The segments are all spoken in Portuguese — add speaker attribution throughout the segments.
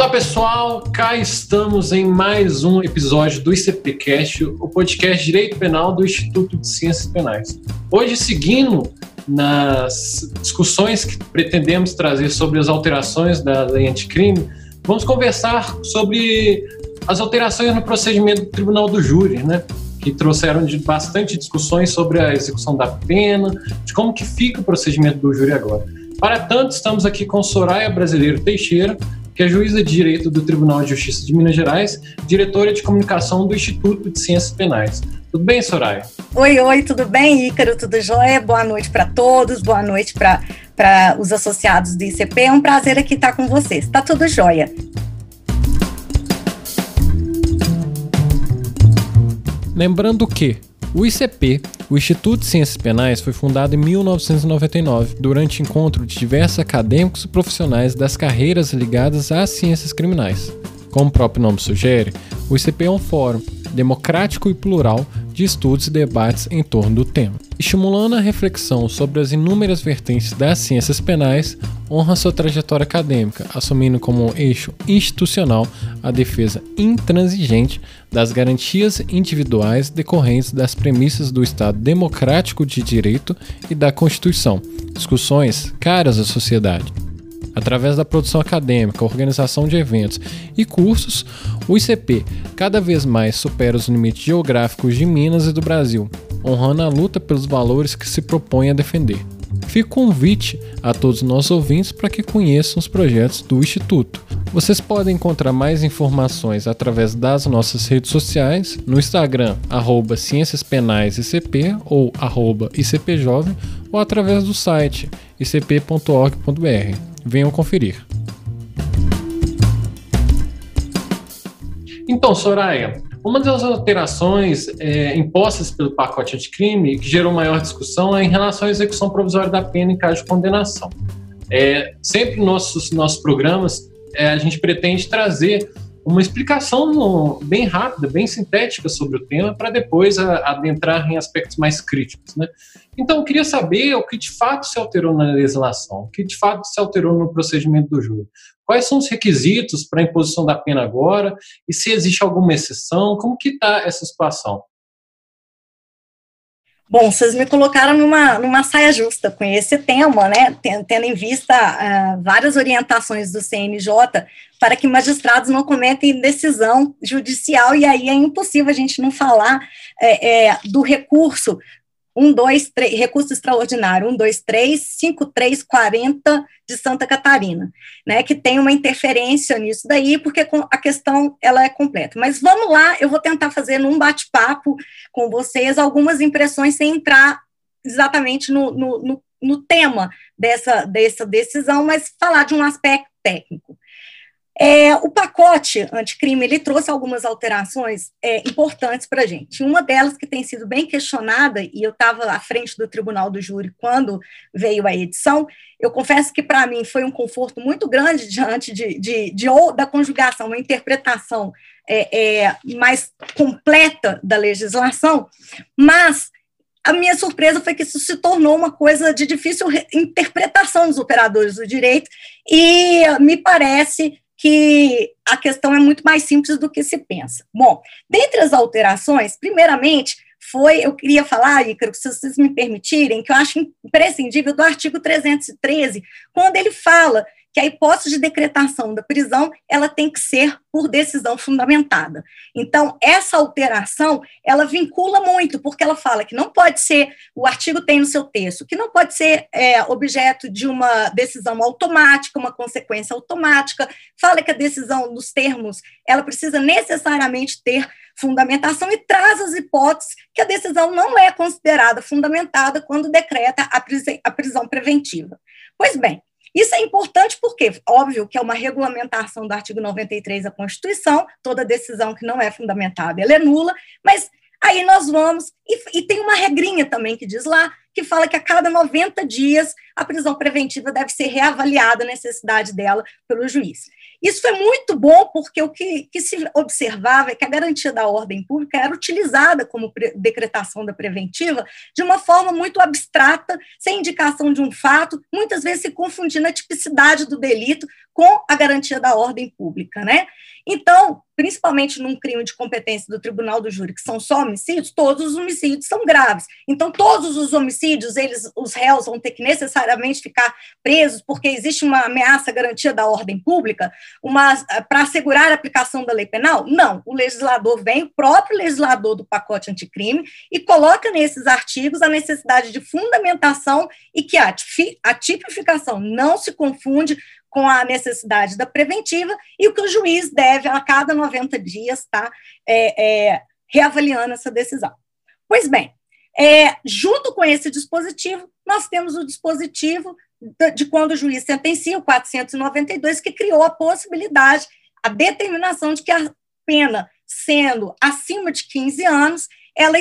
Speaker 1: Olá pessoal, cá estamos em mais um episódio do ICPcast, o podcast de Direito Penal do Instituto de Ciências Penais. Hoje, seguindo nas discussões que pretendemos trazer sobre as alterações da lei anticrime, vamos conversar sobre as alterações no procedimento do Tribunal do Júri, né? Que trouxeram bastante discussões sobre a execução da pena, de como que fica o procedimento do júri agora. Para tanto, estamos aqui com Soraya Brasileiro Teixeira, que é juíza de Direito do Tribunal de Justiça de Minas Gerais, diretora de comunicação do Instituto de Ciências Penais. Tudo bem, Soraya?
Speaker 2: Oi, tudo bem, Ícaro? Tudo jóia? Boa noite para todos, boa noite para os associados do ICP. É um prazer aqui estar com vocês. Tá tudo jóia.
Speaker 1: Lembrando que o ICP, o Instituto de Ciências Penais, foi fundado em 1999, durante encontro de diversos acadêmicos e profissionais das carreiras ligadas às ciências criminais. Como o próprio nome sugere, o ICP é um fórum democrático e plural de estudos e debates em torno do tema. Estimulando a reflexão sobre as inúmeras vertentes das ciências penais, honra sua trajetória acadêmica, assumindo como eixo institucional a defesa intransigente das garantias individuais decorrentes das premissas do Estado democrático de direito e da Constituição, discussões caras à sociedade. Através da produção acadêmica, organização de eventos e cursos, o ICP cada vez mais supera os limites geográficos de Minas e do Brasil, honrando a luta pelos valores que se propõe a defender. Fica o convite a todos os nossos ouvintes para que conheçam os projetos do Instituto. Vocês podem encontrar mais informações através das nossas redes sociais, no Instagram, @ciênciaspenaisicp ou @icpjovem, ou através do site icp.org.br. Venham conferir. Então, Soraya, uma das alterações impostas pelo pacote anticrime que gerou maior discussão é em relação à execução provisória da pena em caso de condenação. Sempre nos nossos programas a gente pretende trazer uma explicação bem rápida, bem sintética sobre o tema, para depois adentrar em aspectos mais críticos, né? Então, eu queria saber o que de fato se alterou na legislação, o que de fato se alterou no procedimento do júri. Quais são os requisitos para a imposição da pena agora e se existe alguma exceção, como que está essa situação?
Speaker 2: Bom, vocês me colocaram numa saia justa com esse tema, né, tendo em vista várias orientações do CNJ para que magistrados não cometem decisão judicial, e aí é impossível a gente não falar do recurso 123, recurso extraordinário 123-5340 de Santa Catarina, né, que tem uma interferência nisso daí, porque a questão ela é completa. Mas vamos lá, eu vou tentar fazer num bate-papo com vocês algumas impressões sem entrar exatamente no tema dessa decisão, mas falar de um aspecto técnico. O pacote anticrime, ele trouxe algumas alterações importantes para a gente. Uma delas que tem sido bem questionada, e eu estava à frente do Tribunal do Júri quando veio a edição, eu confesso que para mim foi um conforto muito grande diante da conjugação, uma interpretação mais completa da legislação, mas a minha surpresa foi que isso se tornou uma coisa de difícil interpretação dos operadores do direito, e me parece que a questão é muito mais simples do que se pensa. Bom, dentre as alterações, primeiramente, eu queria falar, Ícaro, se vocês me permitirem, que eu acho imprescindível do artigo 313, quando ele fala que a hipótese de decretação da prisão, ela tem que ser por decisão fundamentada. Então, essa alteração, ela vincula muito, porque ela fala que não pode ser, o artigo tem no seu texto, que não pode ser objeto de uma decisão automática, uma consequência automática, fala que a decisão dos termos, ela precisa necessariamente ter fundamentação e traz as hipóteses que a decisão não é considerada fundamentada quando decreta a prisão preventiva. Pois bem, isso é importante porque, óbvio, que é uma regulamentação do artigo 93 da Constituição, toda decisão que não é fundamentada, ela é nula, mas aí nós vamos, e tem uma regrinha também que diz lá, que fala que a cada 90 dias a prisão preventiva deve ser reavaliada a necessidade dela pelo juiz. Isso foi muito bom, porque o que se observava é que a garantia da ordem pública era utilizada como decretação da preventiva de uma forma muito abstrata, sem indicação de um fato, muitas vezes se confundindo a tipicidade do delito com a garantia da ordem pública, né? Então, principalmente num crime de competência do tribunal do júri, que são só homicídios, todos os homicídios são graves. Então, todos os homicídios, os réus vão ter que necessariamente ficar presos, porque existe uma ameaça à garantia da ordem pública, para assegurar a aplicação da lei penal? Não. O legislador vem, o próprio legislador do pacote anticrime, e coloca nesses artigos a necessidade de fundamentação e que a tipificação não se confunde com a necessidade da preventiva, e o que o juiz deve, a cada 90 dias, estar reavaliando essa decisão. Pois bem, junto com esse dispositivo, nós temos o dispositivo de quando o juiz sentencia, o 492, que criou a possibilidade, a determinação de que a pena, sendo acima de 15 anos, ela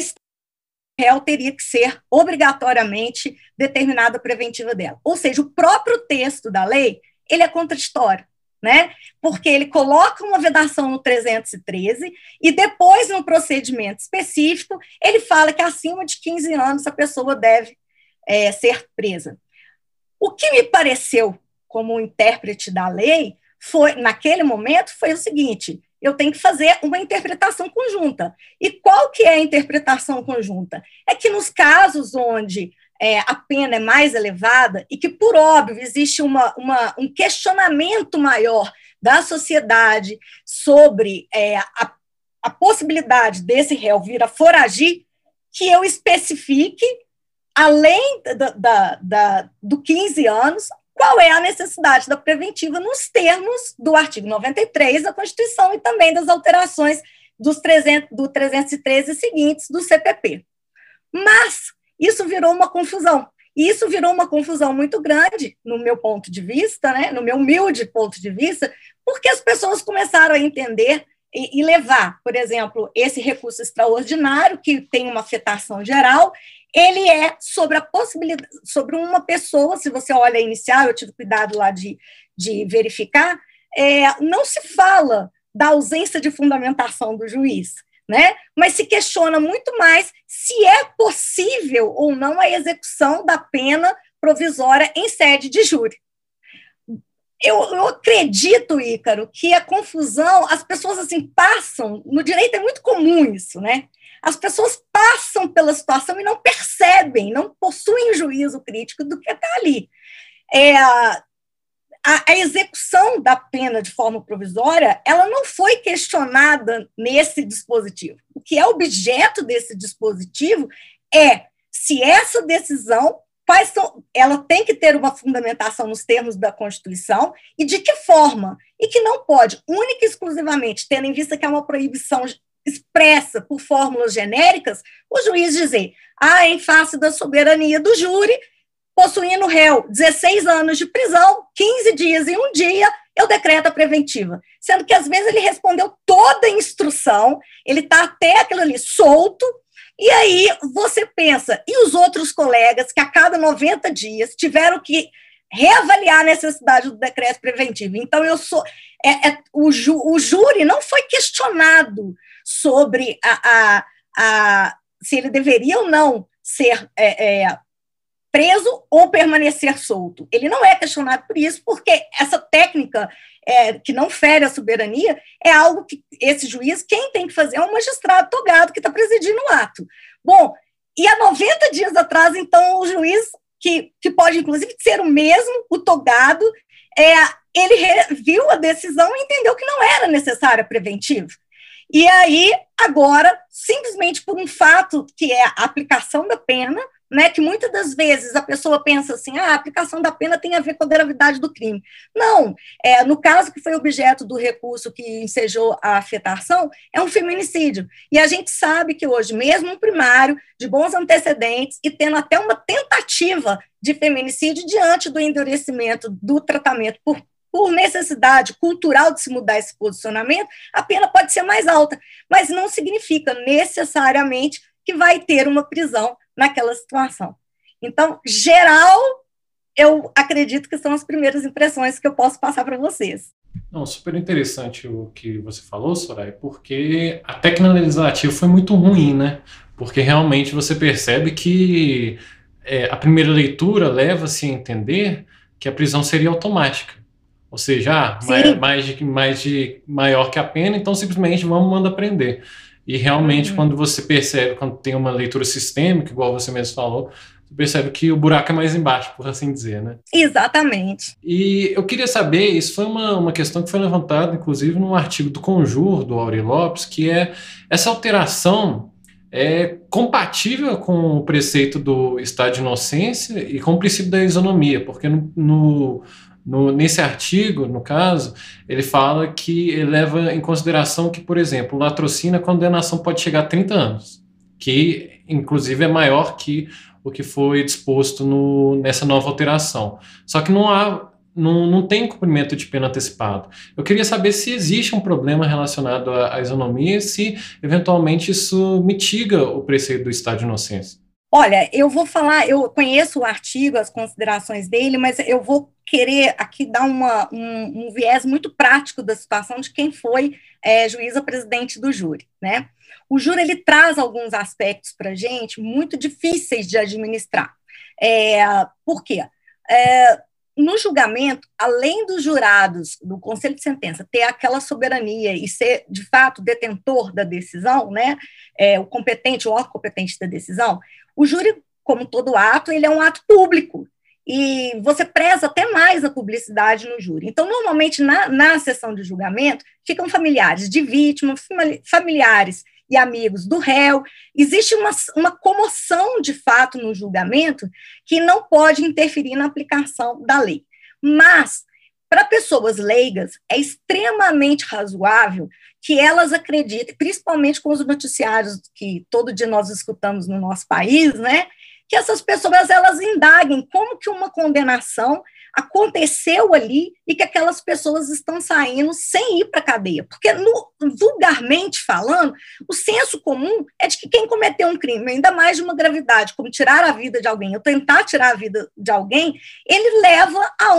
Speaker 2: teria que ser obrigatoriamente determinada a preventiva dela. Ou seja, o próprio texto da lei, ele é contraditório, né? Porque ele coloca uma vedação no 313 e depois, no procedimento específico, ele fala que acima de 15 anos a pessoa deve ser presa. O que me pareceu como intérprete da lei, naquele momento, foi o seguinte: eu tenho que fazer uma interpretação conjunta. E qual que é a interpretação conjunta? É que nos casos onde a pena é mais elevada e que, por óbvio, existe um questionamento maior da sociedade sobre a possibilidade desse réu vir a foragir, que eu especifique, além do 15 anos, qual é a necessidade da preventiva nos termos do artigo 93 da Constituição e também das alterações do 313 seguintes do CPP. Mas isso virou uma confusão. E isso virou uma confusão muito grande, no meu ponto de vista, né, no meu humilde ponto de vista, porque as pessoas começaram a entender e levar, por exemplo, esse recurso extraordinário, que tem uma afetação geral, ele é sobre a possibilidade, sobre uma pessoa, se você olha a inicial, eu tive cuidado lá de verificar, não se fala da ausência de fundamentação do juiz, né? Mas se questiona muito mais se é possível ou não a execução da pena provisória em sede de júri. Eu acredito, Ícaro, que a confusão, as pessoas assim passam, no direito é muito comum isso, né? As pessoas passam pela situação e não percebem, não possuem juízo crítico do que está ali. A execução da pena de forma provisória, ela não foi questionada nesse dispositivo. O que é objeto desse dispositivo é se essa decisão, ela tem que ter uma fundamentação nos termos da Constituição e de que forma, e que não pode, única e exclusivamente, tendo em vista que é uma proibição expressa por fórmulas genéricas, o juiz dizer, em face da soberania do júri, possuindo o réu 16 anos de prisão, 15 dias e 1 dia, eu decreto a preventiva. Sendo que, às vezes, ele respondeu toda a instrução, ele está até aquilo ali solto, e aí você pensa, e os outros colegas que a cada 90 dias tiveram que reavaliar a necessidade do decreto preventivo? Então, o júri não foi questionado sobre se ele deveria ou não ser preso ou permanecer solto. Ele não é questionado por isso, porque essa técnica que não fere a soberania é algo que esse juiz, quem tem que fazer é um magistrado togado que está presidindo o ato. Bom, e há 90 dias atrás, então, o juiz, que pode, inclusive, ser o mesmo, o togado, ele reviu a decisão e entendeu que não era necessária preventiva. E aí, agora, simplesmente por um fato que é a aplicação da pena, né, que muitas das vezes a pessoa pensa assim, a aplicação da pena tem a ver com a gravidade do crime. Não, no caso que foi objeto do recurso que ensejou a afetação, é um feminicídio. E a gente sabe que hoje, mesmo um primário, de bons antecedentes, e tendo até uma tentativa de feminicídio diante do endurecimento do tratamento por necessidade cultural de se mudar esse posicionamento, a pena pode ser mais alta, mas não significa necessariamente que vai ter uma prisão naquela situação. Então, geral, eu acredito que são as primeiras impressões que eu posso passar para vocês.
Speaker 1: Não, super interessante o que você falou, Soraya, porque a técnica legislativa foi muito ruim, né? Porque realmente você percebe que a primeira leitura leva-se a entender que a prisão seria automática. Ou seja, maior que a pena, então simplesmente vamos mandar prender. E realmente, quando você percebe, quando tem uma leitura sistêmica, igual você mesmo falou, você percebe que o buraco é mais embaixo, por assim dizer, né?
Speaker 2: Exatamente.
Speaker 1: E eu queria saber, isso foi uma questão que foi levantada, inclusive, num artigo do Conjur, do Aury Lopes, que é essa alteração é compatível com o preceito do estado de inocência e com o princípio da isonomia, porque nesse artigo, no caso, ele fala que ele leva em consideração que, por exemplo, o latrocínio, a condenação pode chegar a 30 anos, que inclusive é maior que o que foi disposto nessa nova alteração. Só que não tem cumprimento de pena antecipado. Eu queria saber se existe um problema relacionado à isonomia e se, eventualmente, isso mitiga o preceito do estado de inocência.
Speaker 2: Olha, eu vou falar, eu conheço o artigo, as considerações dele, mas eu vou querer aqui dar um viés muito prático da situação de quem foi juíza-presidente do júri, né? O júri, ele traz alguns aspectos para a gente muito difíceis de administrar. Por quê? No julgamento, além dos jurados do Conselho de Sentença ter aquela soberania e ser, de fato, detentor da decisão, né, o órgão competente da decisão, o júri, como todo ato, ele é um ato público, e você preza até mais a publicidade no júri. Então, normalmente, na sessão de julgamento, ficam familiares de vítima, familiares e amigos do réu. Existe uma comoção, de fato, no julgamento que não pode interferir na aplicação da lei. Mas, para pessoas leigas, é extremamente razoável que elas acreditem, principalmente com os noticiários que todo dia nós escutamos no nosso país, né, que essas pessoas, elas indaguem como que uma condenação aconteceu ali e que aquelas pessoas estão saindo sem ir para a cadeia. Porque, vulgarmente falando, o senso comum é de que quem cometeu um crime, ainda mais de uma gravidade, como tirar a vida de alguém, ou tentar tirar a vida de alguém, ele leva a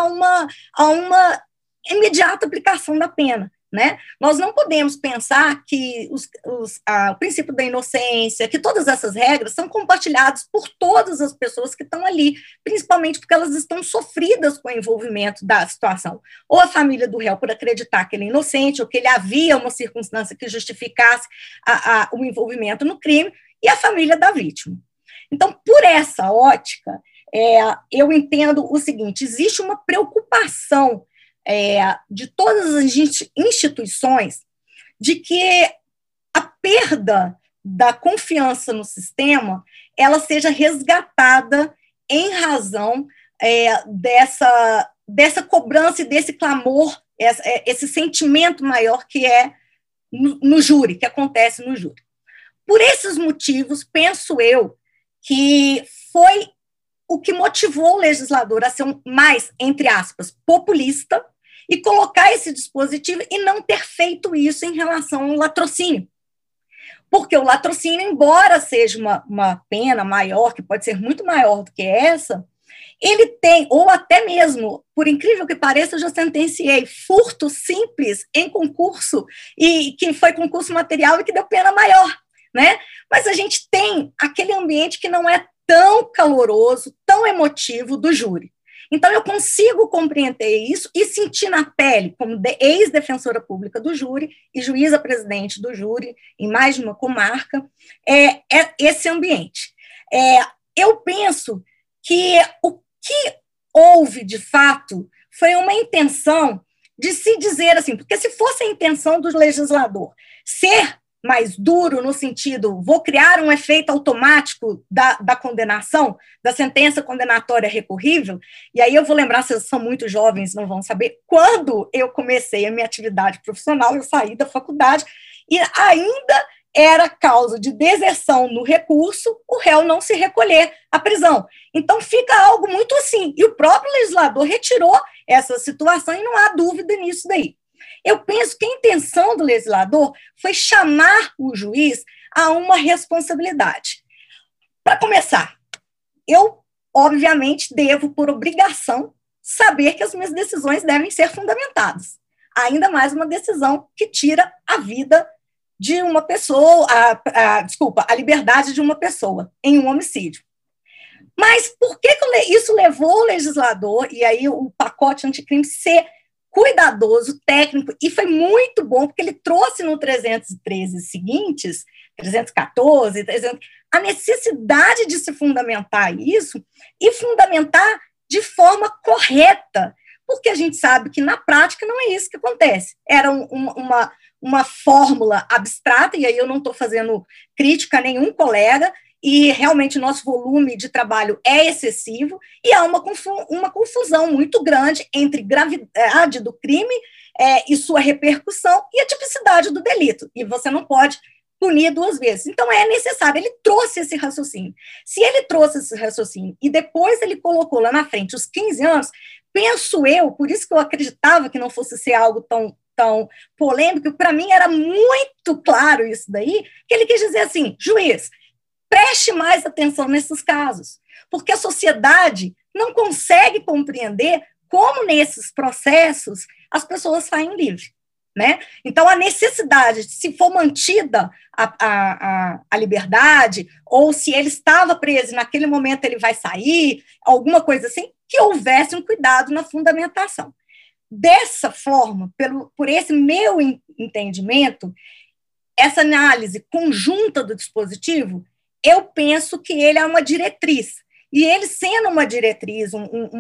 Speaker 2: uma imediata aplicação da pena. Né? Nós não podemos pensar que o princípio da inocência, que todas essas regras são compartilhadas por todas as pessoas que estão ali, principalmente porque elas estão sofridas com o envolvimento da situação. Ou a família do réu por acreditar que ele é inocente, ou que ele havia uma circunstância que justificasse o envolvimento no crime, e a família da vítima. Então, por essa ótica, eu entendo o seguinte: existe uma preocupação de todas as instituições, de que a perda da confiança no sistema, ela seja resgatada em razão dessa cobrança e desse clamor, esse sentimento maior que é no júri, que acontece no júri. Por esses motivos, penso eu, que foi o que motivou o legislador a ser mais, entre aspas, populista, e colocar esse dispositivo e não ter feito isso em relação ao latrocínio. Porque o latrocínio, embora seja uma pena maior, que pode ser muito maior do que essa, ele tem, ou até mesmo, por incrível que pareça, eu já sentenciei furto simples em concurso, e que foi concurso material e que deu pena maior, né? Mas a gente tem aquele ambiente que não é tão caloroso, tão emotivo do júri. Então, eu consigo compreender isso e sentir na pele, como ex-defensora pública do júri e juíza-presidente do júri, em mais de uma comarca, esse ambiente. Eu penso que o que houve, de fato, foi uma intenção de se dizer assim, porque se fosse a intenção do legislador ser mais duro no sentido, vou criar um efeito automático da condenação, da sentença condenatória recorrível, e aí eu vou lembrar, vocês são muito jovens, não vão saber, quando eu comecei a minha atividade profissional, eu saí da faculdade, e ainda era causa de deserção no recurso, o réu não se recolher à prisão. Então fica algo muito assim, e o próprio legislador retirou essa situação, e não há dúvida nisso daí. Eu penso que a intenção do legislador foi chamar o juiz a uma responsabilidade. Para começar, eu, obviamente, devo, por obrigação, saber que as minhas decisões devem ser fundamentadas. Ainda mais uma decisão que tira a vida de uma pessoa, a liberdade de uma pessoa em um homicídio. Mas por que isso levou o legislador, e aí o pacote anticrime, ser cuidadoso, técnico, e foi muito bom, porque ele trouxe no 313 seguintes, 314, 300, a necessidade de se fundamentar isso, e fundamentar de forma correta, porque a gente sabe que na prática não é isso que acontece. Era uma fórmula abstrata, e aí eu não estou fazendo crítica a nenhum colega, e realmente nosso volume de trabalho é excessivo, e há uma confusão muito grande entre gravidade do crime e sua repercussão e a tipicidade do delito, e você não pode punir duas vezes. Então é necessário, ele trouxe esse raciocínio. Se ele trouxe esse raciocínio e depois ele colocou lá na frente os 15 anos, penso eu, por isso que eu acreditava que não fosse ser algo tão polêmico, para mim era muito claro isso daí, que ele quis dizer assim, juiz, preste mais atenção nesses casos, porque a sociedade não consegue compreender como nesses processos as pessoas saem livres, né? Então, a necessidade, se for mantida a liberdade, ou se ele estava preso e naquele momento ele vai sair, alguma coisa assim, que houvesse um cuidado na fundamentação. Dessa forma, por esse meu entendimento, essa análise conjunta do dispositivo, eu penso que ele é uma diretriz. E ele sendo uma diretriz,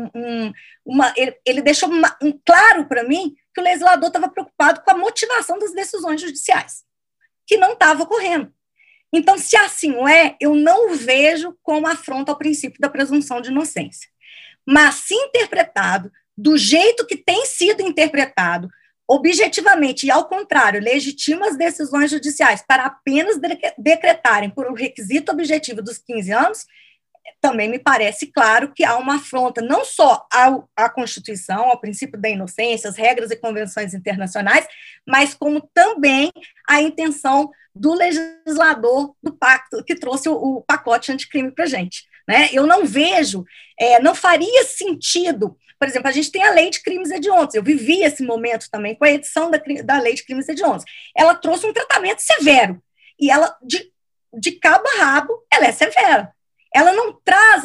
Speaker 2: ele deixou claro para mim que o legislador estava preocupado com a motivação das decisões judiciais, que não estava ocorrendo. Então, se assim não é, eu não o vejo como afronta ao princípio da presunção de inocência. Mas, se interpretado do jeito que tem sido interpretado, objetivamente e, ao contrário, legitima as decisões judiciais para apenas decretarem por um requisito objetivo dos 15 anos, também me parece claro que há uma afronta não só à Constituição, ao princípio da inocência, às regras e convenções internacionais, mas como também à intenção do legislador do pacto, que trouxe o pacote anticrime para a gente, né? Eu não vejo, não faria sentido. Por exemplo, a gente tem a Lei de Crimes Hediondos. Eu vivi esse momento também com a edição da Lei de Crimes Hediondos. Ela trouxe um tratamento severo. E ela, de cabo a rabo, ela é severa. Ela não traz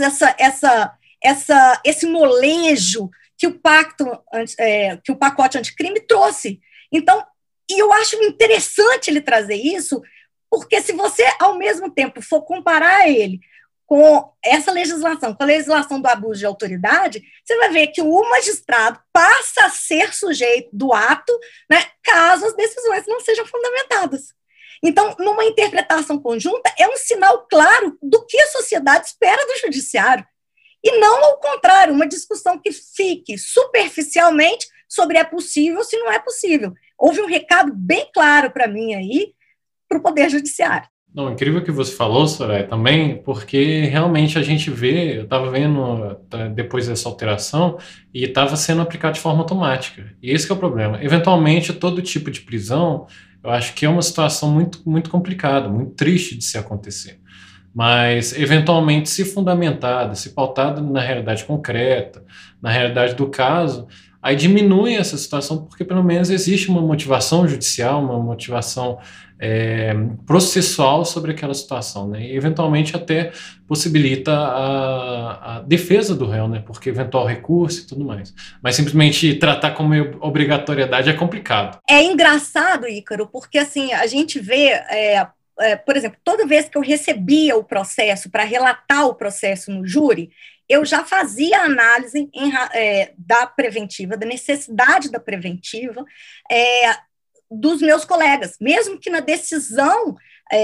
Speaker 2: esse molejo que o pacote anticrime trouxe. Então, e eu acho interessante ele trazer isso, porque se você, ao mesmo tempo, for comparar ele com essa legislação, com a legislação do abuso de autoridade, você vai ver que o magistrado passa a ser sujeito do ato, né, caso as decisões não sejam fundamentadas. Então, numa interpretação conjunta, é um sinal claro do que a sociedade espera do judiciário, e não ao contrário, uma discussão que fique superficialmente sobre é possível ou se não é possível. Houve um recado bem claro para mim aí, para o Poder Judiciário.
Speaker 1: Não, incrível o que você falou, Soraya, também, porque realmente a gente vê, eu estava vendo depois dessa alteração, e estava sendo aplicado de forma automática. E esse que é o problema. Eventualmente, todo tipo de prisão, eu acho que é uma situação muito, muito complicada, muito triste de se acontecer. Mas, eventualmente, se fundamentada, se pautada na realidade concreta, na realidade do caso, aí diminui essa situação, porque pelo menos existe uma motivação judicial, uma motivação processual sobre aquela situação, né? E eventualmente até possibilita a defesa do réu, né? Porque eventual recurso e tudo mais. Mas simplesmente tratar como obrigatoriedade é complicado.
Speaker 2: É engraçado, Ícaro, porque assim, a gente vê, por exemplo, toda vez que eu recebia o processo para relatar o processo no júri, eu já fazia a análise da preventiva, da necessidade da preventiva, dos meus colegas, mesmo que na decisão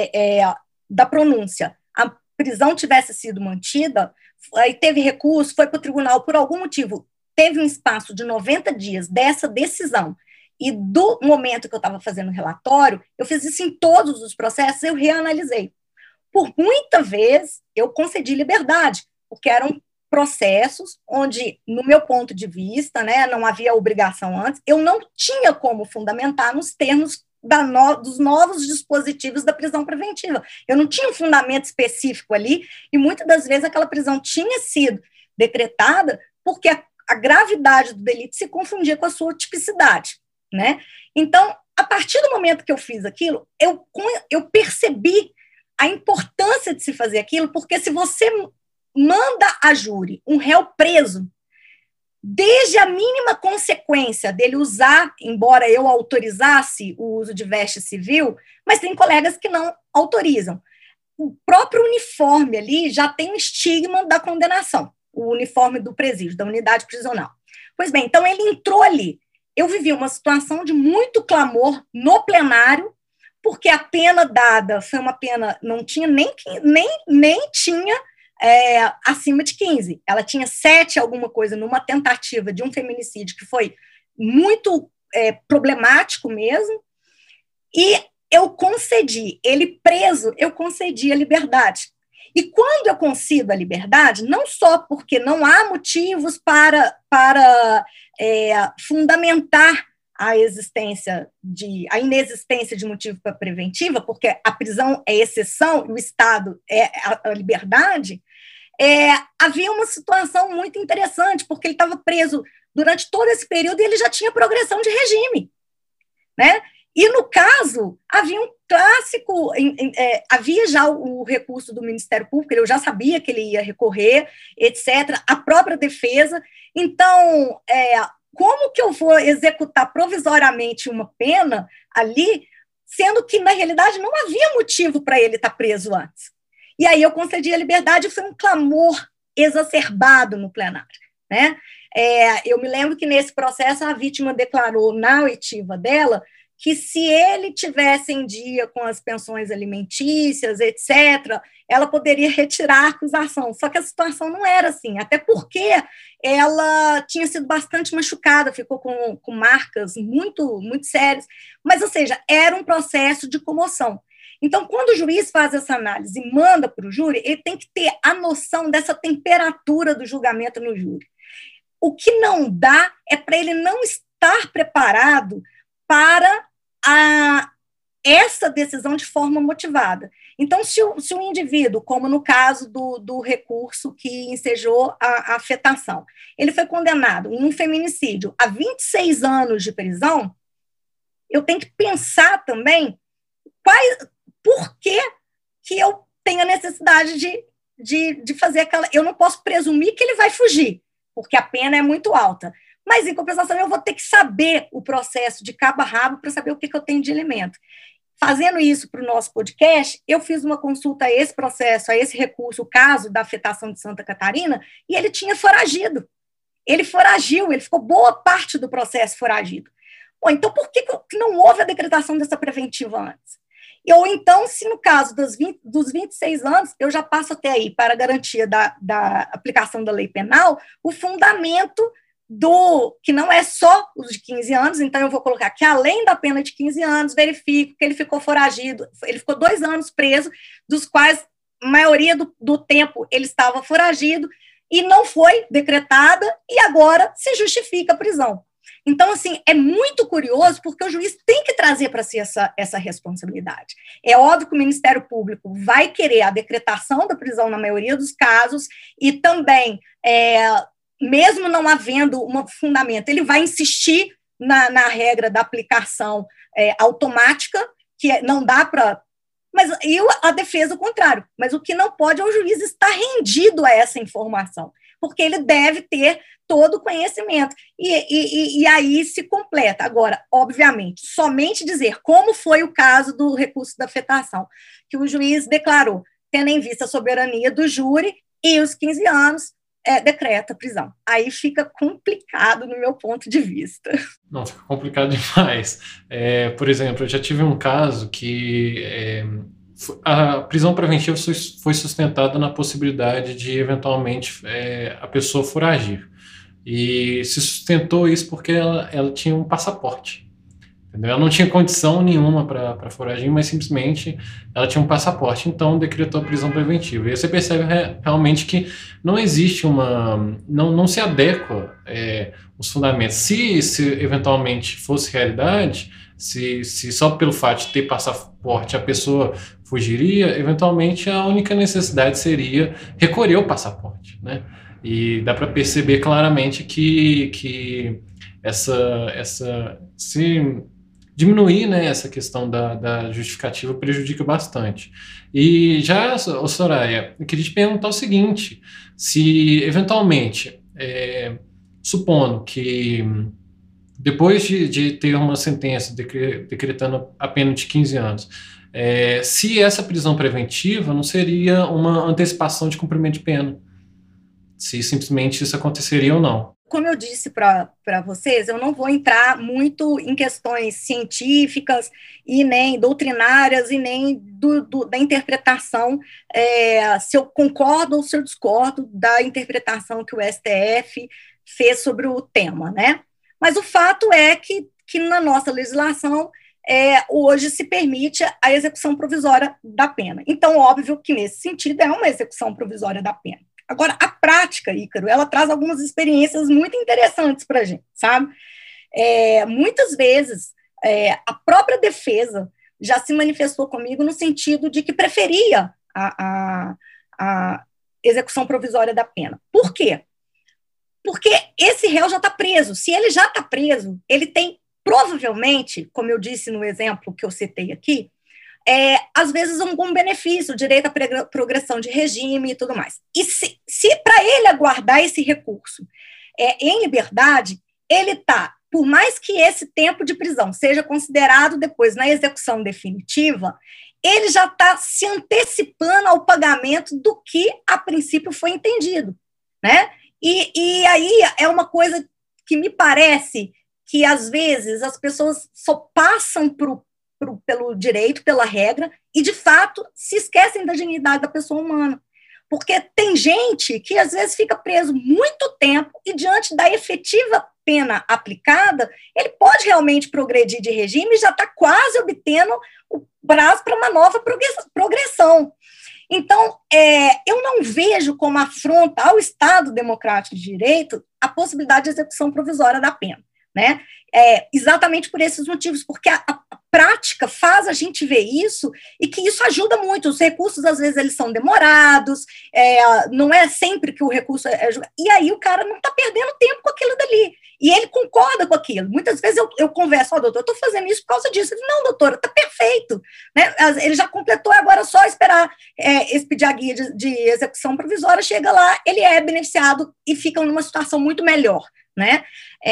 Speaker 2: da pronúncia a prisão tivesse sido mantida, aí teve recurso, foi para o tribunal por algum motivo, teve um espaço de 90 dias dessa decisão, e do momento que eu estava fazendo o relatório, eu fiz isso em todos os processos, eu reanalisei. Por muita vez, eu concedi liberdade, porque eram processos onde, no meu ponto de vista, né, não havia obrigação antes, eu não tinha como fundamentar nos termos dos novos dispositivos da prisão preventiva. Eu não tinha um fundamento específico ali, e muitas das vezes aquela prisão tinha sido decretada porque a gravidade do delito se confundia com a sua tipicidade, né? Então, a partir do momento que eu fiz aquilo, eu percebi a importância de se fazer aquilo, porque se você manda a júri um réu preso, desde a mínima consequência dele usar, embora eu autorizasse o uso de veste civil, mas tem colegas que não autorizam. O próprio uniforme ali já tem um estigma da condenação, o uniforme do presídio, da unidade prisional. Pois bem, então ele entrou ali. Eu vivi uma situação de muito clamor no plenário, porque a pena dada foi uma pena, não tinha nem tinha acima de 15. Ela tinha 7 alguma coisa numa tentativa de um feminicídio que foi muito problemático mesmo, e eu concedi, ele preso, eu concedi a liberdade. E quando eu concedo a liberdade, não só porque não há motivos para fundamentar a inexistência de motivo para preventiva, porque a prisão é exceção e o Estado é a liberdade, havia uma situação muito interessante, porque ele estava preso durante todo esse período e ele já tinha progressão de regime, né? E, no caso, havia um clássico, havia já o recurso do Ministério Público, eu já sabia que ele ia recorrer, etc., a própria defesa. Então, como que eu vou executar provisoriamente uma pena ali, sendo que, na realidade, não havia motivo para ele estar preso antes? E aí eu concedi a liberdade e foi um clamor exacerbado no plenário, né? Eu me lembro que, nesse processo, a vítima declarou na oitiva dela que, se ele tivesse em dia com as pensões alimentícias, etc., ela poderia retirar a acusação. Só que a situação não era assim, até porque ela tinha sido bastante machucada, ficou com marcas muito, muito sérias, mas, ou seja, era um processo de comoção. Então, quando o juiz faz essa análise e manda para o júri, ele tem que ter a noção dessa temperatura do julgamento no júri. O que não dá é para ele não estar preparado para essa decisão de forma motivada. Então, se o indivíduo, como no caso do recurso que ensejou a afetação, ele foi condenado em um feminicídio a 26 anos de prisão, eu tenho que pensar também por que eu tenho a necessidade de fazer aquela... Eu não posso presumir que ele vai fugir, porque a pena é muito alta. Mas, em compensação, eu vou ter que saber o processo de cabo a rabo para saber o que eu tenho de elemento. Fazendo isso para o nosso podcast, eu fiz uma consulta a esse processo, a esse recurso, o caso da afetação de Santa Catarina, e ele tinha foragido. Ele foragiu, ele ficou boa parte do processo foragido. Bom, então, por que não houve a decretação dessa preventiva antes? Ou então, se no caso dos 26 anos, eu já passo até aí, para a garantia da aplicação da lei penal, o fundamento que não é só os de 15 anos, então eu vou colocar que, além da pena de 15 anos, verifico que ele ficou foragido, ele ficou 2 anos preso, dos quais a maioria do tempo ele estava foragido, e não foi decretada, e agora se justifica a prisão. Então, assim, é muito curioso, porque o juiz tem que trazer para si essa responsabilidade. É óbvio que o Ministério Público vai querer a decretação da prisão na maioria dos casos, e também... mesmo não havendo um fundamento, ele vai insistir na regra da aplicação automática, que não dá para... Mas a defesa o contrário. Mas o que não pode é o juiz estar rendido a essa informação, porque ele deve ter todo o conhecimento. E aí se completa. Agora, obviamente, somente dizer como foi o caso do recurso da afetação, que o juiz declarou, tendo em vista a soberania do júri e os 15 anos, decreta a prisão. Aí fica complicado no meu ponto de vista.
Speaker 1: Não, fica complicado demais. Por exemplo, eu já tive um caso que a prisão preventiva foi sustentada na possibilidade de, eventualmente, a pessoa foragir. E se sustentou isso porque ela tinha um passaporte. Entendeu? Ela não tinha condição nenhuma para foragir, mas simplesmente ela tinha um passaporte, então decretou a prisão preventiva. E aí você percebe realmente que não existe não se adequa os fundamentos. Se eventualmente fosse realidade, Se só pelo fato de ter passaporte a pessoa fugiria, eventualmente a única necessidade seria recolher o passaporte, né? E dá para perceber claramente que se diminuir, né, essa questão da justificativa prejudica bastante. E já, Soraya, eu queria te perguntar o seguinte, se eventualmente, supondo que depois de ter uma sentença decretando a pena de 15 anos, se essa prisão preventiva não seria uma antecipação de cumprimento de pena, se simplesmente isso aconteceria ou não.
Speaker 2: Como eu disse para vocês, eu não vou entrar muito em questões científicas e nem doutrinárias e nem da interpretação, se eu concordo ou se eu discordo da interpretação que o STF fez sobre o tema, né? Mas o fato é que na nossa legislação hoje se permite a execução provisória da pena. Então, óbvio que nesse sentido é uma execução provisória da pena. Agora, a prática, Ícaro, ela traz algumas experiências muito interessantes para a gente, sabe? Muitas vezes, a própria defesa já se manifestou comigo no sentido de que preferia a execução provisória da pena. Por quê? Porque esse réu já está preso. Se ele já está preso, ele tem, provavelmente, como eu disse no exemplo que eu citei aqui, às vezes algum benefício, direito à progressão de regime e tudo mais. E se para ele aguardar esse recurso em liberdade, ele está, por mais que esse tempo de prisão seja considerado depois na execução definitiva, ele já está se antecipando ao pagamento do que a princípio foi entendido, né? E aí é uma coisa que me parece que às vezes as pessoas só passam pelo direito, pela regra, e, de fato, se esquecem da dignidade da pessoa humana. Porque tem gente que, às vezes, fica preso muito tempo e, diante da efetiva pena aplicada, ele pode realmente progredir de regime e já está quase obtendo o prazo para uma nova progressão. Então, eu não vejo como afronta ao Estado Democrático de Direito a possibilidade de execução provisória da pena, né? Exatamente por esses motivos, porque a prática faz a gente ver isso e que isso ajuda muito. Os recursos, às vezes, eles são demorados, não é sempre que o recurso e aí o cara não está perdendo tempo com aquilo dali. E ele concorda com aquilo. Muitas vezes eu converso, doutor, eu estou fazendo isso por causa disso. Ele, não, doutora, está perfeito. Né? Ele já completou, agora é só esperar expedir a guia de execução provisória, chega lá, ele é beneficiado e fica numa situação muito melhor. Né?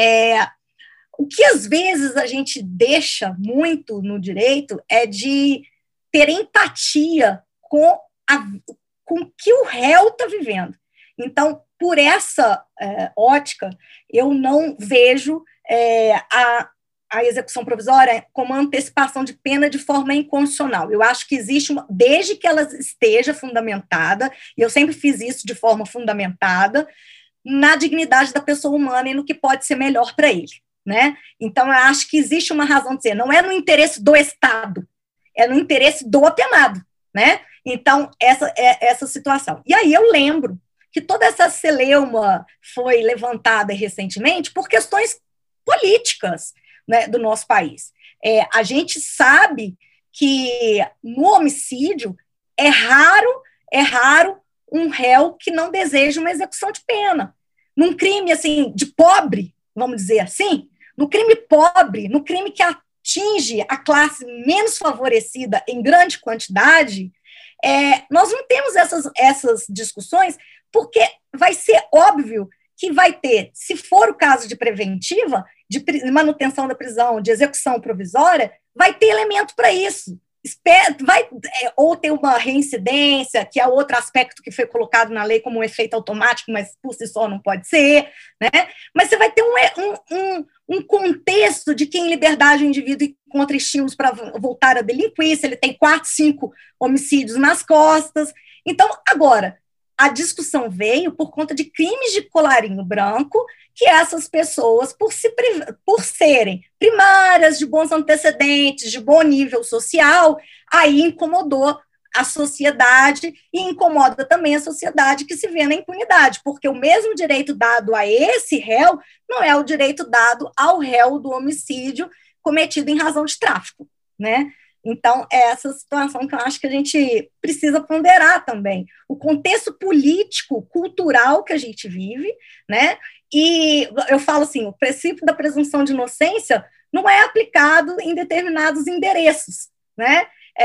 Speaker 2: O que às vezes a gente deixa muito no direito é de ter empatia com o que o réu está vivendo. Então, por essa ótica, eu não vejo a execução provisória como antecipação de pena de forma inconstitucional. Eu acho que existe desde que ela esteja fundamentada, e eu sempre fiz isso de forma fundamentada, na dignidade da pessoa humana e no que pode ser melhor para ele. Né? Então, eu acho que existe uma razão de ser, não é no interesse do Estado, é no interesse do apenado, né? Então, essa situação. E aí eu lembro que toda essa celeuma foi levantada recentemente por questões políticas, né, do nosso país. A gente sabe que no homicídio é raro um réu que não deseja uma execução de pena. Num crime, assim, de pobre, vamos dizer assim, no crime pobre, no crime que atinge a classe menos favorecida em grande quantidade, nós não temos essas discussões, porque vai ser óbvio que vai ter, se for o caso de preventiva, de manutenção da prisão, de execução provisória, vai ter elemento para isso. Ou ter uma reincidência, que é outro aspecto que foi colocado na lei como um efeito automático, mas por si só não pode ser, né? Mas você vai ter um contexto de que em liberdade o indivíduo encontra estímulos para voltar à delinquência, ele tem 4, 5 homicídios nas costas. Então, agora, a discussão veio por conta de crimes de colarinho branco, que essas pessoas, por serem primárias, de bons antecedentes, de bom nível social, aí incomodou a sociedade e incomoda também a sociedade que se vê na impunidade, porque o mesmo direito dado a esse réu não é o direito dado ao réu do homicídio, cometido em razão de tráfico, né? Então, é essa situação que eu acho que a gente precisa ponderar também. O contexto político, cultural que a gente vive, né? E eu falo assim, o princípio da presunção de inocência não é aplicado em determinados endereços, né?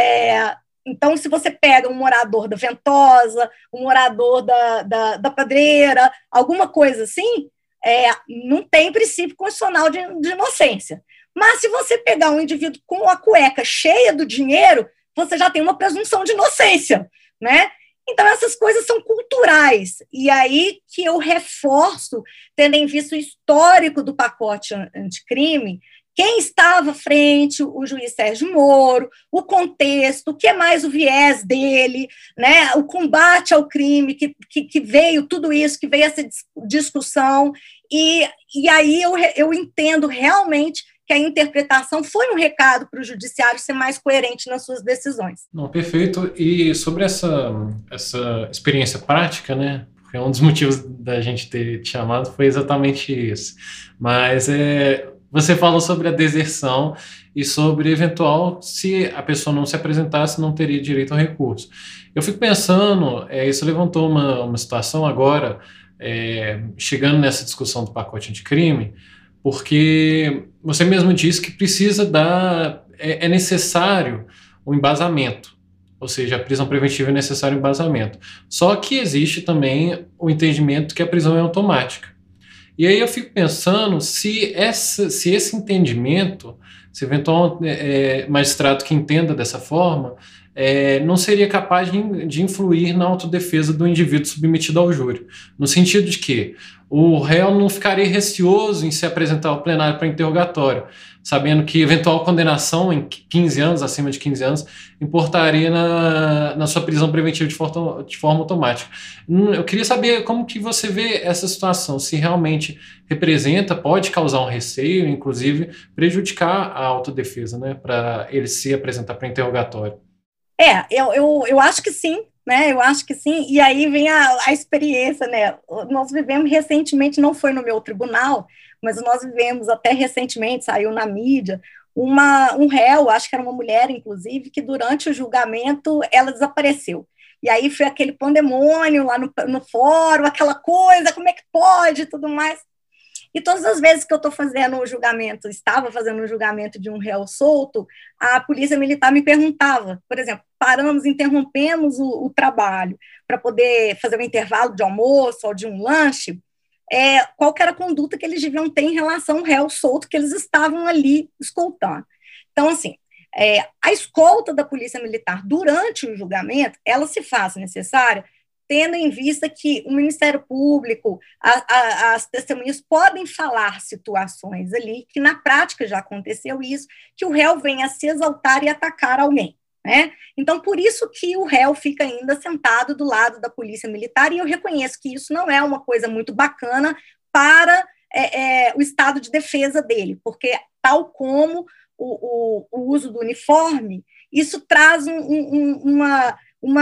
Speaker 2: Então, se você pega um morador da Ventosa, um morador da Pedreira, alguma coisa assim, não tem princípio constitucional de inocência. Mas se você pegar um indivíduo com a cueca cheia do dinheiro, você já tem uma presunção de inocência, né? Então, essas coisas são culturais. E aí que eu reforço, tendo em vista o histórico do pacote anticrime, quem estava à frente, o juiz Sérgio Moro, o contexto, o que é mais o viés dele, né? O combate ao crime, que veio tudo isso, que veio essa discussão. E aí eu entendo realmente que a interpretação foi um recado para o judiciário ser mais coerente nas suas decisões.
Speaker 1: Não, perfeito. E sobre essa experiência prática, né? Porque um dos motivos da gente ter te chamado foi exatamente isso. Mas você falou sobre a deserção e sobre eventual, se a pessoa não se apresentasse, não teria direito ao recurso. Eu fico pensando, isso levantou uma situação agora, chegando nessa discussão do pacote anticrime, porque você mesmo disse que precisa é necessário o embasamento, ou seja, a prisão preventiva é necessário o embasamento. Só que existe também o entendimento que a prisão é automática. E aí eu fico pensando se esse entendimento, se eventual magistrado que entenda dessa forma, não seria capaz de influir na autodefesa do indivíduo submetido ao júri, no sentido de que o réu não ficaria receoso em se apresentar ao plenário para interrogatório, sabendo que eventual condenação em 15 anos, acima de 15 anos, importaria na sua prisão preventiva de forma automática. Eu queria saber como que você vê essa situação, se realmente representa, pode causar um receio, inclusive prejudicar a autodefesa, né, para ele se apresentar para interrogatório.
Speaker 2: Eu acho que sim, né? Eu acho que sim, e aí vem a experiência, né? Nós vivemos recentemente, não foi no meu tribunal, mas nós vivemos até recentemente, saiu na mídia, um réu, acho que era uma mulher, inclusive, que durante o julgamento ela desapareceu. E aí foi aquele pandemônio lá no fórum, aquela coisa, como é que pode, tudo mais. E todas as vezes que eu estou fazendo o julgamento, estava fazendo o julgamento de um réu solto, a polícia militar me perguntava, por exemplo, interrompemos o trabalho para poder fazer um intervalo de almoço ou de um lanche, qual que era a conduta que eles deviam ter em relação ao réu solto que eles estavam ali escoltando. Então, assim, a escolta da polícia militar durante o julgamento, ela se faz necessária tendo em vista que o Ministério Público, as testemunhas podem falar situações ali, que na prática já aconteceu isso, que o réu venha a se exaltar e atacar alguém, né? Então, por isso que o réu fica ainda sentado do lado da polícia militar, e eu reconheço que isso não é uma coisa muito bacana para o estado de defesa dele, porque tal como o uso do uniforme, isso traz uma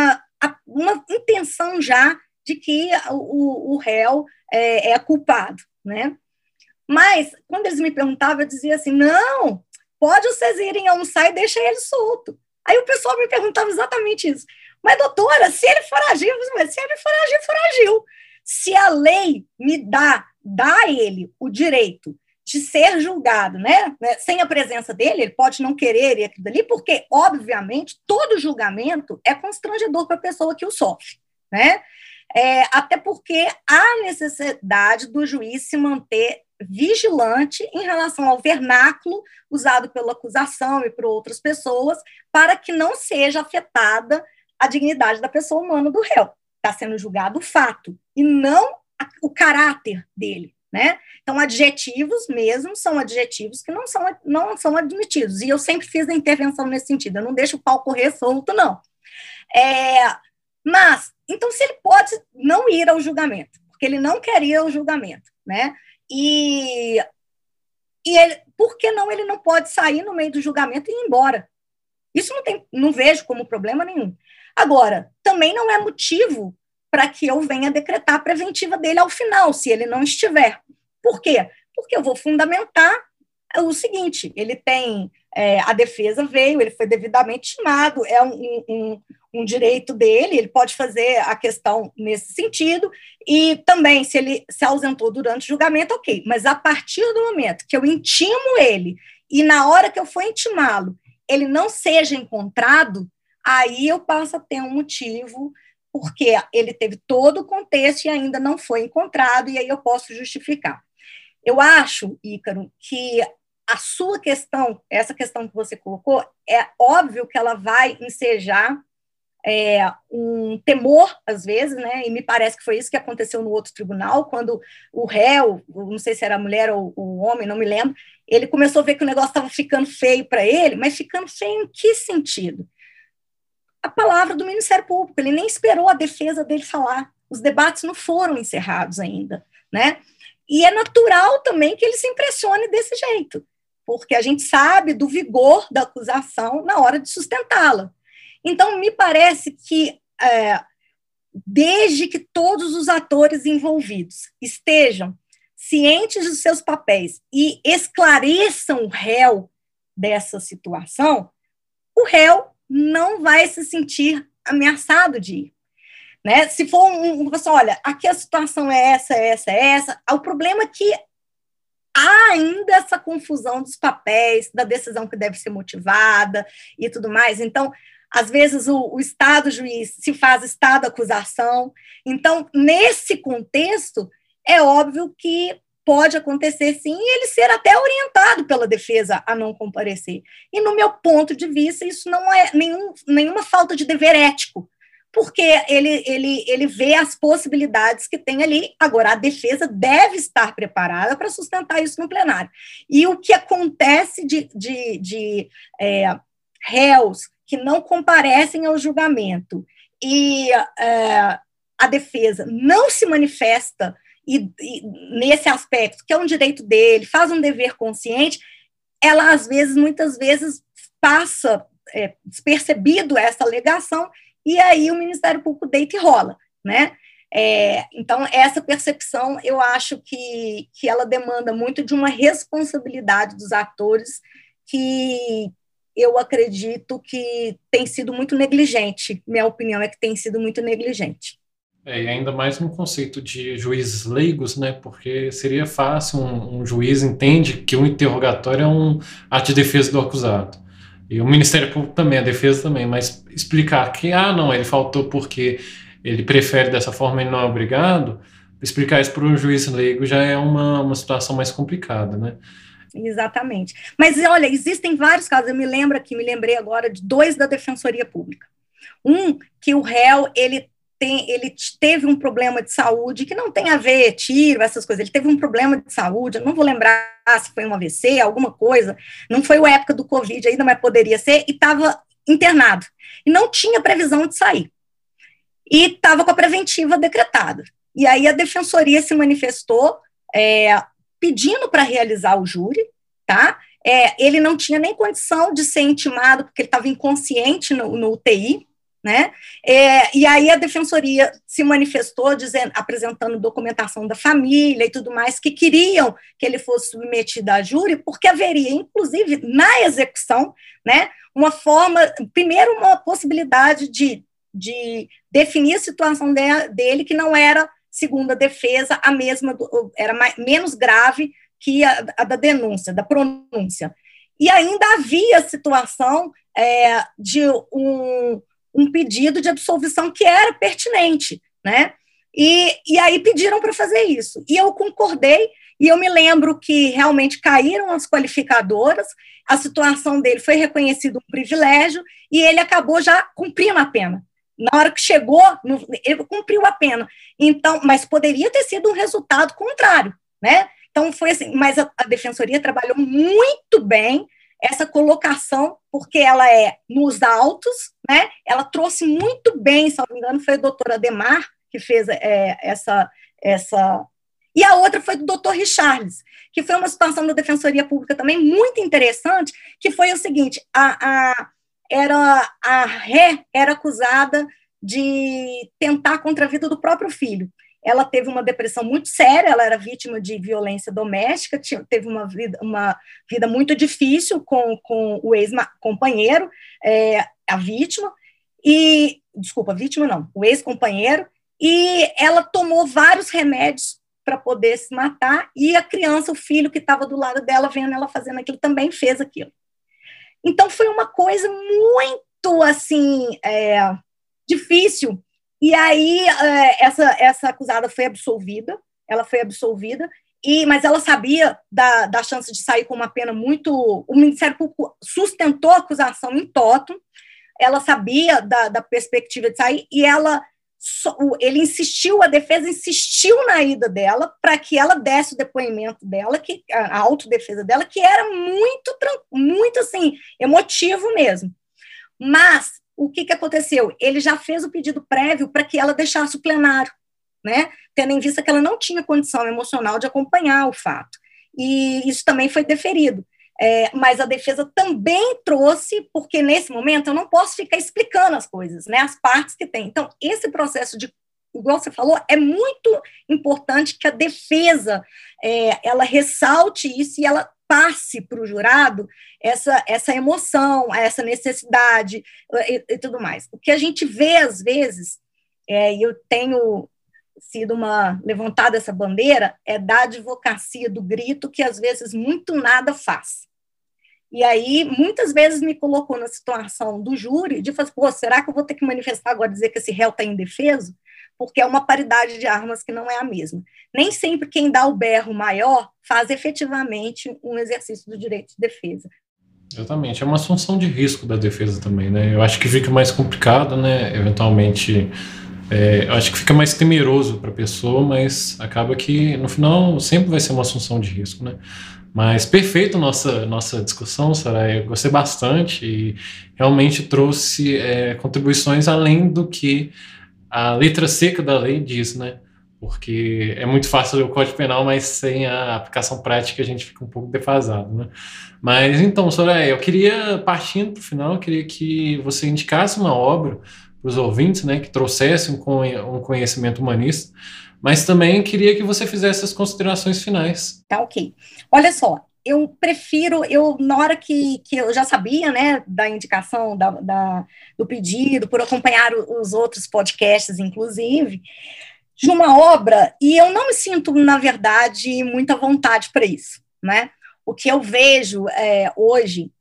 Speaker 2: intenção já de que o réu é culpado, né? Mas, quando eles me perguntavam, eu dizia assim, não, pode vocês irem almoçar e deixa ele solto. Aí o pessoal me perguntava exatamente isso. Mas, doutora, se ele for agir, se ele for agir, foragiu. Se a lei me dá a ele o direito de ser julgado, né? Sem a presença dele, ele pode não querer ir aquilo ali, porque, obviamente, todo julgamento é constrangedor para a pessoa que o sofre, né? Até porque há necessidade do juiz se manter vigilante em relação ao vernáculo usado pela acusação e por outras pessoas, para que não seja afetada a dignidade da pessoa humana do réu. Está sendo julgado o fato, e não o caráter dele, né? Então, adjetivos mesmo são adjetivos que não são admitidos, e eu sempre fiz a intervenção nesse sentido, eu não deixo o pau correr solto, não. Mas, então, se ele pode não ir ao julgamento, porque ele não quer ir ao julgamento, né? E ele, por que não ele não pode sair no meio do julgamento e ir embora? Isso não vejo como problema nenhum. Agora, também não é motivo para que eu venha decretar a preventiva dele ao final, se ele não estiver. Por quê? Porque eu vou fundamentar é o seguinte, ele tem, a defesa veio, ele foi devidamente intimado, é um direito dele, ele pode fazer a questão nesse sentido, e também, se ele se ausentou durante o julgamento, ok, mas a partir do momento que eu intimo ele, e na hora que eu for intimá-lo, ele não seja encontrado, aí eu passo a ter um motivo, porque ele teve todo o contexto e ainda não foi encontrado, e aí eu posso justificar. Eu acho, Ícaro, que a sua questão, essa questão que você colocou, é óbvio que ela vai ensejar um temor, às vezes, né? E me parece que foi isso que aconteceu no outro tribunal, quando o réu, não sei se era a mulher ou o homem, não me lembro, ele começou a ver que o negócio estava ficando feio para ele, mas ficando feio em que sentido? A palavra do Ministério Público, ele nem esperou a defesa dele falar, os debates não foram encerrados ainda, né? E é natural também que ele se impressione desse jeito, porque a gente sabe do vigor da acusação na hora de sustentá-la. Então, me parece que, desde que todos os atores envolvidos estejam cientes dos seus papéis e esclareçam o réu dessa situação, o réu não vai se sentir ameaçado de ir. Né? Se for olha, aqui a situação é essa, o problema é que há ainda essa confusão dos papéis, da decisão que deve ser motivada e tudo mais. Então, às vezes, o Estado juiz se faz Estado acusação. Então, nesse contexto, é óbvio que pode acontecer, sim, e ele ser até orientado pela defesa a não comparecer. E, no meu ponto de vista, isso não é nenhuma falta de dever ético, porque ele vê as possibilidades que tem ali. Agora, a defesa deve estar preparada para sustentar isso no plenário. E o que acontece de réus que não comparecem ao julgamento e a defesa não se manifesta e nesse aspecto, que é um direito dele, faz um dever consciente, ela, muitas vezes, passa despercebido essa alegação, e aí o Ministério Público deita e rola, né? Então, essa percepção, eu acho que ela demanda muito de uma responsabilidade dos atores que eu acredito que tem sido muito negligente. Minha opinião é que tem sido muito negligente.
Speaker 1: E ainda mais no conceito de juízes leigos, né? Porque seria fácil, um juiz entende que um interrogatório é um ato de defesa do acusado. E o Ministério Público também, a defesa também, mas explicar que, não, ele faltou porque ele prefere dessa forma, ele não é obrigado, explicar isso para um juiz leigo já é uma situação mais complicada, né?
Speaker 2: Exatamente. Mas, olha, existem vários casos, me lembrei agora de 2 da Defensoria Pública. Um, que o réu, ele teve um problema de saúde, que não tem a ver, tiro, essas coisas, ele teve um problema de saúde, eu não vou lembrar se foi um AVC, alguma coisa, não foi a época do Covid ainda, mas poderia ser, e estava internado, e não tinha previsão de sair, e estava com a preventiva decretada, e aí a Defensoria se manifestou, pedindo para realizar o júri, tá? Ele não tinha nem condição de ser intimado, porque ele estava inconsciente no UTI, né? E aí a Defensoria se manifestou apresentando documentação da família e tudo mais, que queriam que ele fosse submetido a júri, porque haveria, inclusive, na execução, né, primeiro uma possibilidade de definir a situação dele, que não era, segundo a defesa, a mesma, era menos grave que a da denúncia, da pronúncia. E ainda havia a situação de um pedido de absolvição que era pertinente, né? E aí pediram para fazer isso. E eu concordei, e eu me lembro que realmente caíram as qualificadoras, a situação dele foi reconhecida um privilégio, e ele acabou já cumprindo a pena. Na hora que chegou, ele cumpriu a pena. Então, mas poderia ter sido um resultado contrário, né? Então, foi assim, mas a Defensoria trabalhou muito bem essa colocação, porque ela é nos autos, né? Ela trouxe muito bem, se não me engano, foi a doutora Ademar que fez essa. E a outra foi do doutor Richarles, que foi uma situação da Defensoria Pública também muito interessante, que foi o seguinte: a ré era acusada de tentar contra a vida do próprio filho. ela teve uma depressão muito séria, ela era vítima de violência doméstica, teve uma vida muito difícil com o ex-companheiro, a vítima, desculpa, vítima não, o ex-companheiro, e ela tomou vários remédios para poder se matar, e a criança, o filho que estava do lado dela, vendo ela fazendo aquilo, também fez aquilo. Então, foi uma coisa muito, assim, difícil. E aí, essa acusada foi absolvida, mas ela sabia da chance de sair com uma pena muito... O Ministério Público sustentou a acusação em toto, ela sabia da perspectiva de sair, e a defesa insistiu na ida dela para que ela desse o depoimento dela, a autodefesa dela, que era muito assim, emotivo mesmo. Mas o que aconteceu? Ele já fez o pedido prévio para que ela deixasse o plenário, né? Tendo em vista que ela não tinha condição emocional de acompanhar o fato. E isso também foi deferido. Mas a defesa também trouxe, porque nesse momento eu não posso ficar explicando as coisas, né, as partes que tem. Então, esse processo igual você falou, é muito importante que a defesa, ela ressalte isso e ela passe para o jurado essa emoção, essa necessidade e tudo mais. O que a gente vê, às vezes, e eu tenho sido levantada essa bandeira, é da advocacia do grito, que às vezes muito nada faz. E aí, muitas vezes me colocou na situação do júri de falar, será que eu vou ter que manifestar agora, dizer que esse réu está indefeso? Porque é uma paridade de armas que não é a mesma. Nem sempre quem dá o berro maior faz efetivamente um exercício do direito de defesa.
Speaker 1: Exatamente, é uma assunção de risco da defesa também, né? Eu acho que fica mais complicado, né? Eventualmente, eu acho que fica mais temeroso para a pessoa, mas acaba que, no final, sempre vai ser uma assunção de risco, né? Mas perfeito nossa discussão, Soraya. Eu gostei bastante e realmente trouxe contribuições além do que a letra seca da lei diz, né? Porque é muito fácil ler o Código Penal, mas sem a aplicação prática a gente fica um pouco defasado, né? Mas então, Soraya, partindo para o final, eu queria que você indicasse uma obra para os ouvintes, né, que trouxesse um conhecimento humanista, mas também queria que você fizesse as considerações finais.
Speaker 2: Tá, ok. Olha só, eu prefiro, na hora que eu já sabia, né, da indicação, do pedido, por acompanhar os outros podcasts, inclusive, de uma obra, e eu não me sinto, na verdade, muita vontade para isso, né? O que eu vejo hoje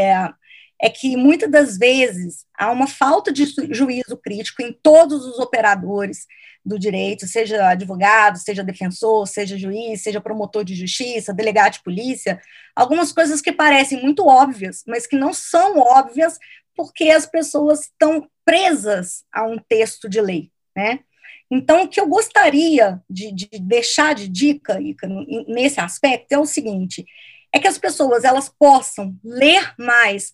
Speaker 2: é que, muitas das vezes, há uma falta de juízo crítico em todos os operadores do direito, seja advogado, seja defensor, seja juiz, seja promotor de justiça, delegado de polícia, algumas coisas que parecem muito óbvias, mas que não são óbvias porque as pessoas estão presas a um texto de lei, né? Então, o que eu gostaria de deixar de dica, Ica, nesse aspecto é o seguinte, é que as pessoas elas possam ler mais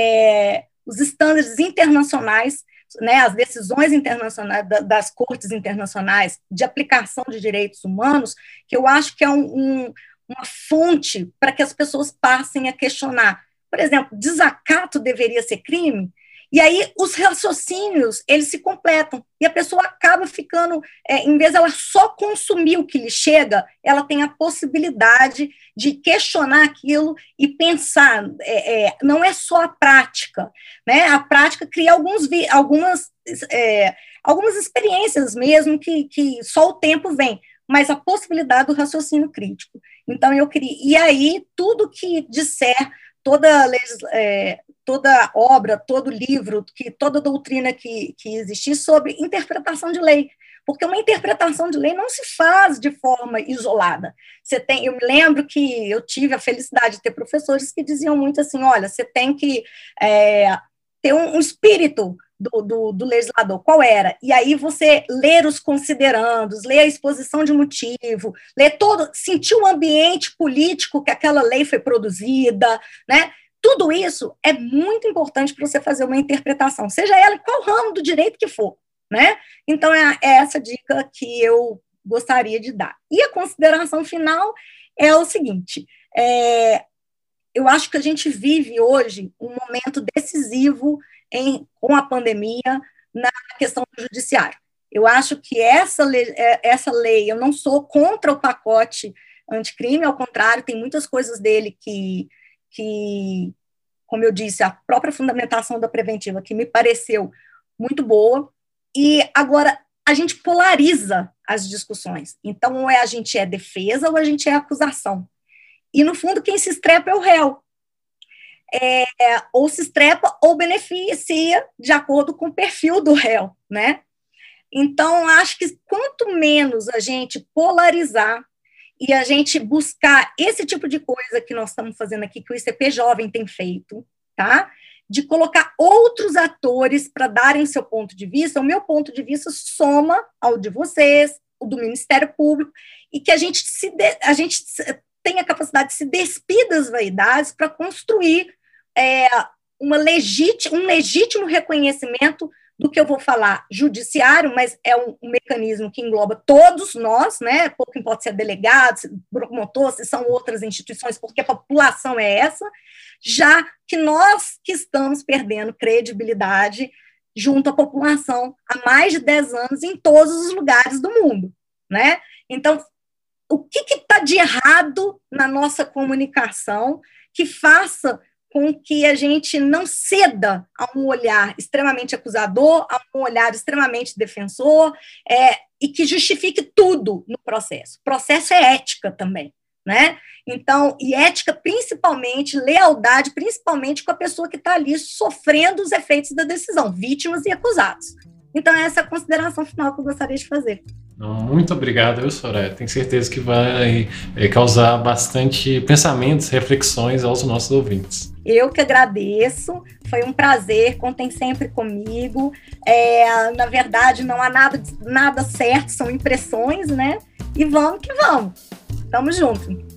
Speaker 2: os estándares internacionais, né, as decisões internacionais das cortes internacionais de aplicação de direitos humanos, que eu acho que é uma fonte para que as pessoas passem a questionar. Por exemplo, desacato deveria ser crime? E aí os raciocínios, eles se completam, e a pessoa acaba ficando, em vez de ela só consumir o que lhe chega, ela tem a possibilidade de questionar aquilo e pensar, não é só a prática, né? A prática cria algumas experiências mesmo que só o tempo vem, mas a possibilidade do raciocínio crítico. Então, eu queria, e aí, tudo que disser, toda obra, todo livro, toda doutrina que existir sobre interpretação de lei, porque uma interpretação de lei não se faz de forma isolada. Eu me lembro que eu tive a felicidade de ter professores que diziam muito assim, olha, você tem que ter um espírito do legislador, qual era? E aí você ler os considerandos, ler a exposição de motivo, sentir o ambiente político que aquela lei foi produzida, né? Tudo isso é muito importante para você fazer uma interpretação, seja ela em qual ramo do direito que for, né? Então, é essa dica que eu gostaria de dar. E a consideração final é o seguinte, eu acho que a gente vive hoje um momento decisivo com a pandemia na questão do judiciário. Eu acho que essa lei, eu não sou contra o pacote anticrime, ao contrário, tem muitas coisas dele que, como eu disse, a própria fundamentação da preventiva, que me pareceu muito boa, e agora a gente polariza as discussões. Então, ou a gente é defesa ou a gente é acusação. E, no fundo, quem se estrepa é o réu. Ou se estrepa ou beneficia de acordo com o perfil do réu, né? Então, acho que quanto menos a gente polarizar e a gente buscar esse tipo de coisa que nós estamos fazendo aqui, que o ICP Jovem tem feito, tá? De colocar outros atores para darem o seu ponto de vista, o meu ponto de vista soma ao de vocês, o do Ministério Público, e que a gente tenha a capacidade de se despir das vaidades para construir um legítimo reconhecimento do que eu vou falar judiciário, mas é um mecanismo que engloba todos nós, né? Pouco importa se é delegado, se é promotor, se são outras instituições, porque a população é essa, já que nós que estamos perdendo credibilidade junto à população há mais de 10 anos em todos os lugares do mundo, né? Então, o que está de errado na nossa comunicação que faça com que a gente não ceda a um olhar extremamente acusador, a um olhar extremamente defensor, e que justifique tudo no processo. O processo é ética também, né? Então, e ética principalmente, lealdade principalmente com a pessoa que está ali sofrendo os efeitos da decisão, vítimas e acusados. Então, essa é a consideração final que eu gostaria de fazer.
Speaker 1: Muito obrigado, Soraya. Tenho certeza que vai causar bastante pensamentos, reflexões aos nossos ouvintes.
Speaker 2: Eu que agradeço, foi um prazer, contem sempre comigo. Na verdade, não há nada certo, são impressões, né? E vamos que vamos. Tamo junto.